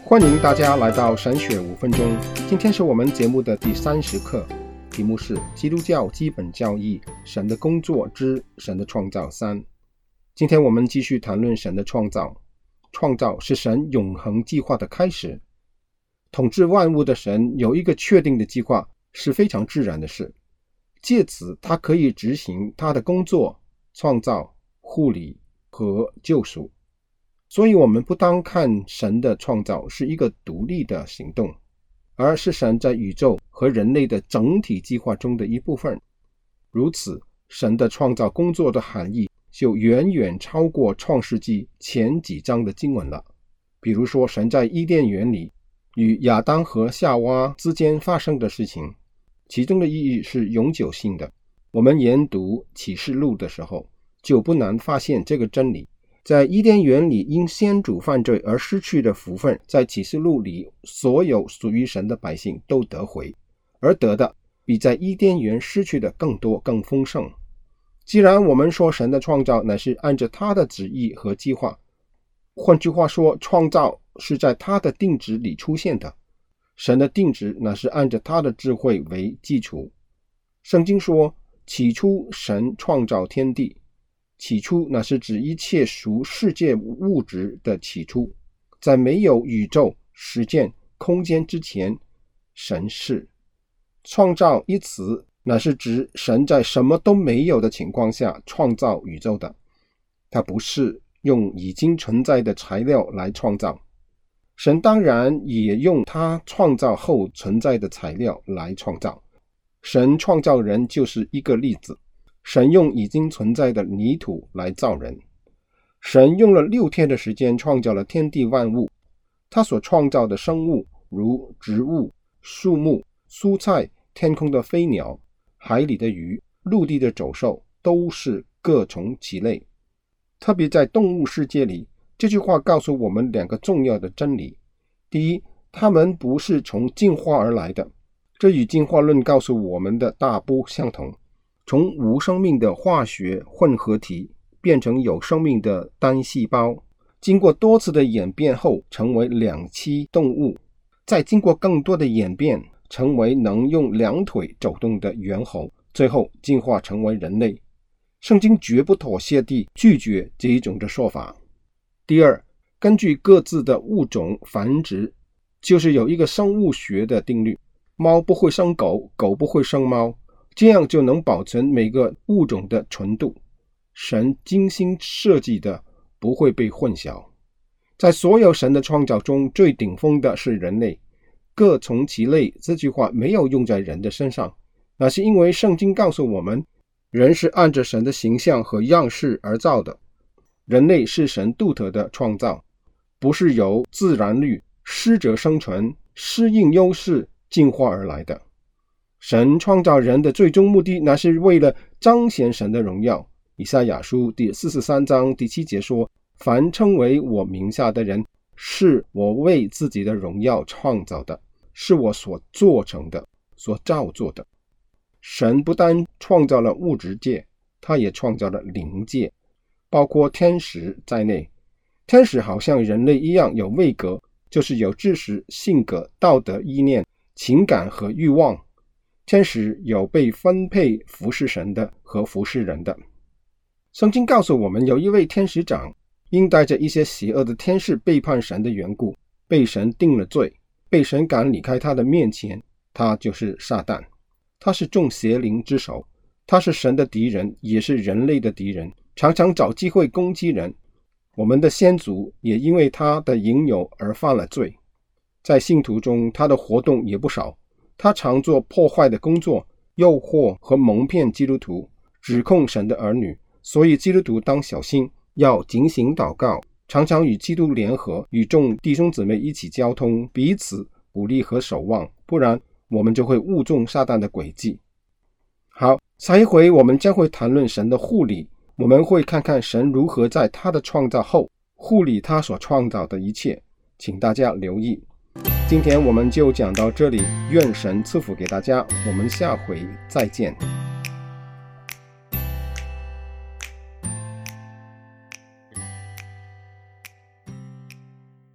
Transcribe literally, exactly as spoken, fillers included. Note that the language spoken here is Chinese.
欢迎大家来到神学五分钟。今天是我们节目的第三十课，题目是基督教基本教义：神的工作之神的创造三。今天我们继续谈论神的创造。创造是神永恒计划的开始。统治万物的神有一个确定的计划，是非常自然的事。借此他可以执行他的工作，创造、护理和救赎。所以我们不当看神的创造是一个独立的行动，而是神在宇宙和人类的整体计划中的一部分。如此，神的创造工作的含义就远远超过创世纪前几章的经文了。比如说，神在伊甸园里与亚当和夏娃之间发生的事情，其中的意义是永久性的。我们研读启示录的时候，就不难发现这个真理。在伊甸园里因先祖犯罪而失去的福分，在启示录里所有属于神的百姓都得回，而得的比在伊甸园失去的更多更丰盛。既然我们说神的创造乃是按着他的旨意和计划，换句话说，创造是在他的定旨里出现的。神的定旨乃是按着他的智慧为基础。圣经说，起初神创造天地。起初那是指一切属世界物质的起初，在没有宇宙、时间、空间之前，神是。创造一词那是指神在什么都没有的情况下创造宇宙的，它不是用已经存在的材料来创造。神当然也用他创造后存在的材料来创造。神创造人就是一个例子。神用已经存在的泥土来造人。神用了六天的时间创造了天地万物。他所创造的生物，如植物、树木、蔬菜、天空的飞鸟、海里的鱼、陆地的走兽，都是各从其类。特别在动物世界里，这句话告诉我们两个重要的真理。第一，它们不是从进化而来的，这与进化论告诉我们的大不相同。从无生命的化学混合体变成有生命的单细胞，经过多次的演变后成为两栖动物，再经过更多的演变成为能用两腿走动的猿猴，最后进化成为人类。圣经绝不妥协地拒绝这一种的说法。第二，根据各自的物种繁殖，就是有一个生物学的定律，猫不会生狗，狗不会生猫，这样就能保存每个物种的纯度。神精心设计的不会被混淆。在所有神的创造中，最顶峰的是人类。各从其类这句话没有用在人的身上，那是因为圣经告诉我们，人是按着神的形象和样式而造的。人类是神独特的创造，不是由自然律、适者生存、适应优势进化而来的。神创造人的最终目的，那是为了彰显神的荣耀。以赛亚书第四十三章第七节说，凡称为我名下的人，是我为自己的荣耀创造的，是我所做成的，所造作的。神不单创造了物质界，他也创造了灵界，包括天使在内。天使好像人类一样有位格，就是有知识、性格、道德、意念、情感和欲望。天使有被分配服侍神的和服侍人的。圣经告诉我们，有一位天使长因带着一些邪恶的天使背叛神的缘故，被神定了罪，被神赶离开他的面前。他就是撒旦，他是众邪灵之首，他是神的敌人，也是人类的敌人，常常找机会攻击人。我们的先祖也因为他的引诱而犯了罪。在信徒中，他的活动也不少。他常做破坏的工作，诱惑和蒙骗基督徒，指控神的儿女。所以基督徒当小心，要警醒祷告，常常与基督联合，与众弟兄姊妹一起交通，彼此鼓励和守望，不然我们就会误中撒旦的诡计。好，下一回我们将会谈论神的护理，我们会看看神如何在他的创造后护理他所创造的一切，请大家留意。今天我们就讲到这里，愿神赐福给大家，我们下回再见。